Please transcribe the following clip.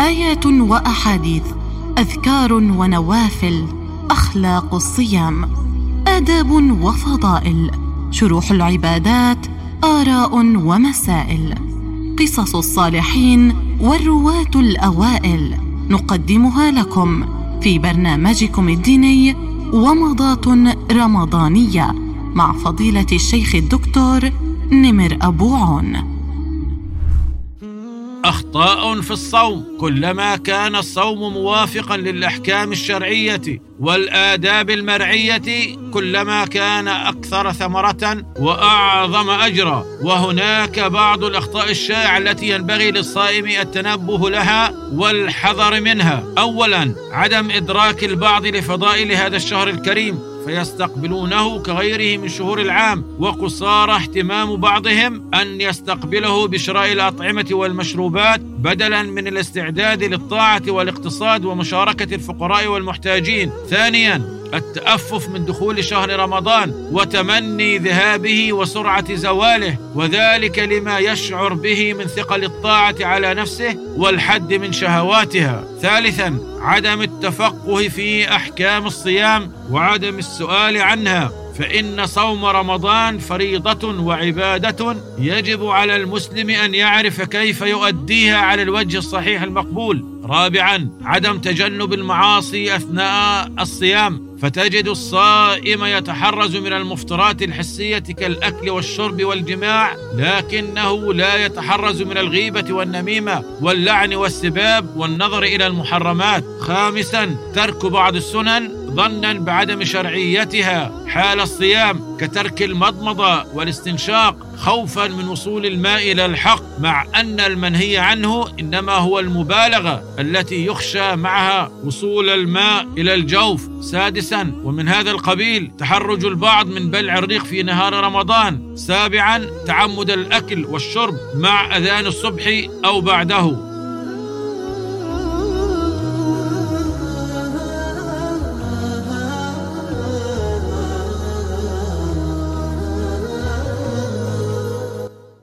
آيات وأحاديث، أذكار ونوافل، أخلاق الصيام، آداب وفضائل، شروح العبادات، آراء ومسائل، قصص الصالحين والرواة الأوائل، نقدمها لكم في برنامجكم الديني ومضات رمضانية مع فضيلة الشيخ الدكتور نمر أبو عون. أخطاء في الصوم. كلما كان الصوم موافقا للأحكام الشرعية والآداب المرعية كلما كان أكثر ثمرة وأعظم أجرا. وهناك بعض الأخطاء الشائعة التي ينبغي للصائم التنبه لها والحذر منها. أولا، عدم إدراك البعض لفضائل هذا الشهر الكريم فيستقبلونه كغيره من شهور العام، وقصار اهتمام بعضهم أن يستقبله بشراء الأطعمة والمشروبات بدلا من الاستعداد للطاعة والاقتصاد ومشاركة الفقراء والمحتاجين. ثانيا، التأفف من دخول شهر رمضان وتمني ذهابه وسرعة زواله، وذلك لما يشعر به من ثقل الطاعة على نفسه والحد من شهواتها. ثالثا، عدم التفقه في أحكام الصيام وعدم السؤال عنها، فإن صوم رمضان فريضة وعبادة يجب على المسلم أن يعرف كيف يؤديها على الوجه الصحيح المقبول. رابعا، عدم تجنب المعاصي أثناء الصيام، فتجد الصائم يتحرز من المفطرات الحسية كالأكل والشرب والجماع، لكنه لا يتحرز من الغيبة والنميمة واللعن والسباب والنظر إلى المحرمات. خامسا، ترك بعض السنن ظنا بعدم شرعيتها حال الصيام كترك المضمضة والاستنشاق خوفا من وصول الماء إلى الحق، مع أن المنهي عنه إنما هو المبالغة التي يخشى معها وصول الماء إلى الجوف. سادسا، ومن هذا القبيل تحرج البعض من بلع الريق في نهار رمضان. سابعا، تعمد الأكل والشرب مع أذان الصبح أو بعده.